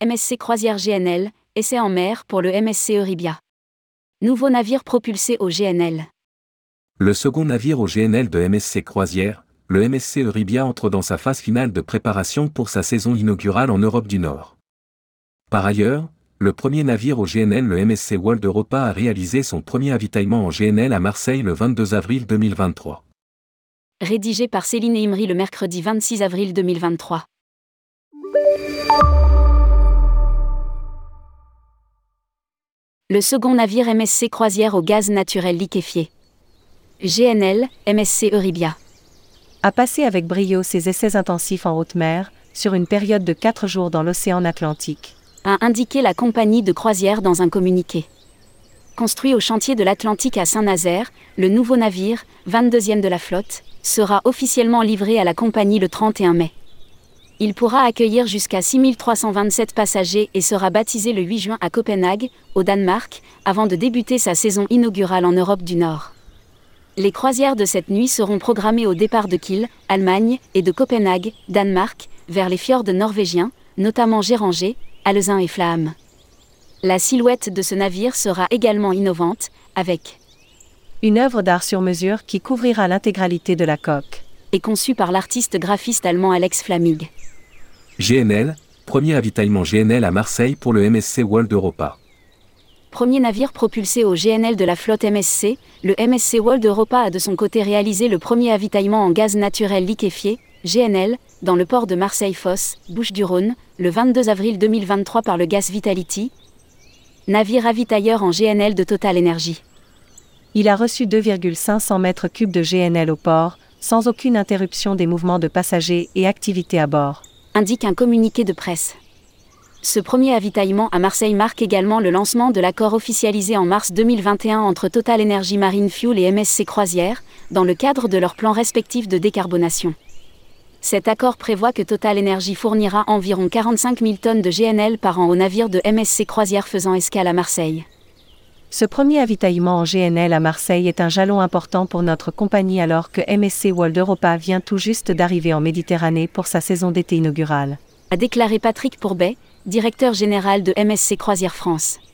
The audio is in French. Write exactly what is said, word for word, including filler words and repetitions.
M S C Croisière G N L, essai en mer pour le M S C Euribia. Nouveau navire propulsé au G N L. Le second navire au G N L de M S C Croisière, le M S C Euribia entre dans sa phase finale de préparation pour sa saison inaugurale en Europe du Nord. Par ailleurs, le premier navire au G N L, le M S C World Europa, a réalisé son premier avitaillement en G N L à Marseille le vingt-deux avril deux mille vingt-trois. Rédigé par Céline Imri le mercredi vingt-six avril deux mille vingt-trois. Le second navire M S C Croisière au gaz naturel liquéfié. G N L, M S C Euribia. A passé avec brio ses essais intensifs en haute mer, sur une période de quatre jours dans l'océan Atlantique, A indiqué la compagnie de croisière dans un communiqué. Construit au chantier de l'Atlantique à Saint-Nazaire, le nouveau navire, vingt-deuxième de la flotte, sera officiellement livré à la compagnie le trente et un mai. Il pourra accueillir jusqu'à six mille trois cent vingt-sept passagers et sera baptisé le huit juin à Copenhague, au Danemark, avant de débuter sa saison inaugurale en Europe du Nord. Les croisières de cette nuit seront programmées au départ de Kiel, Allemagne, et de Copenhague, Danemark, vers les fjords norvégiens, notamment Géranger, Alezin et Flamme. La silhouette de ce navire sera également innovante, avec une œuvre d'art sur mesure qui couvrira l'intégralité de la coque, et conçue par l'artiste graphiste allemand Alex Flamig. G N L, premier avitaillement G N L à Marseille pour le M S C World Europa. Premier navire propulsé au G N L de la flotte M S C, le M S C World Europa a de son côté réalisé le premier avitaillement en gaz naturel liquéfié, G N L, dans le port de Marseille-Fosse, Bouches-du-Rhône, le vingt-deux avril deux mille vingt-trois par le Gas Vitality, navire ravitailleur en G N L de Total Energy. Il a reçu deux virgule cinq cents mètres cubes de G N L au port, sans aucune interruption des mouvements de passagers et activités à bord, indique un communiqué de presse. Ce premier avitaillement à Marseille marque également le lancement de l'accord officialisé en mars deux mille vingt et un entre Total Energy Marine Fuel et M S C Croisière, dans le cadre de leurs plans respectifs de décarbonation. Cet accord prévoit que Total Energy fournira environ quarante-cinq mille tonnes de G N L par an aux navires de M S C Croisière faisant escale à Marseille. Ce premier avitaillement en G N L à Marseille est un jalon important pour notre compagnie alors que M S C World Europa vient tout juste d'arriver en Méditerranée pour sa saison d'été inaugurale, a déclaré Patrick Pourbet, directeur général de M S C Croisière France.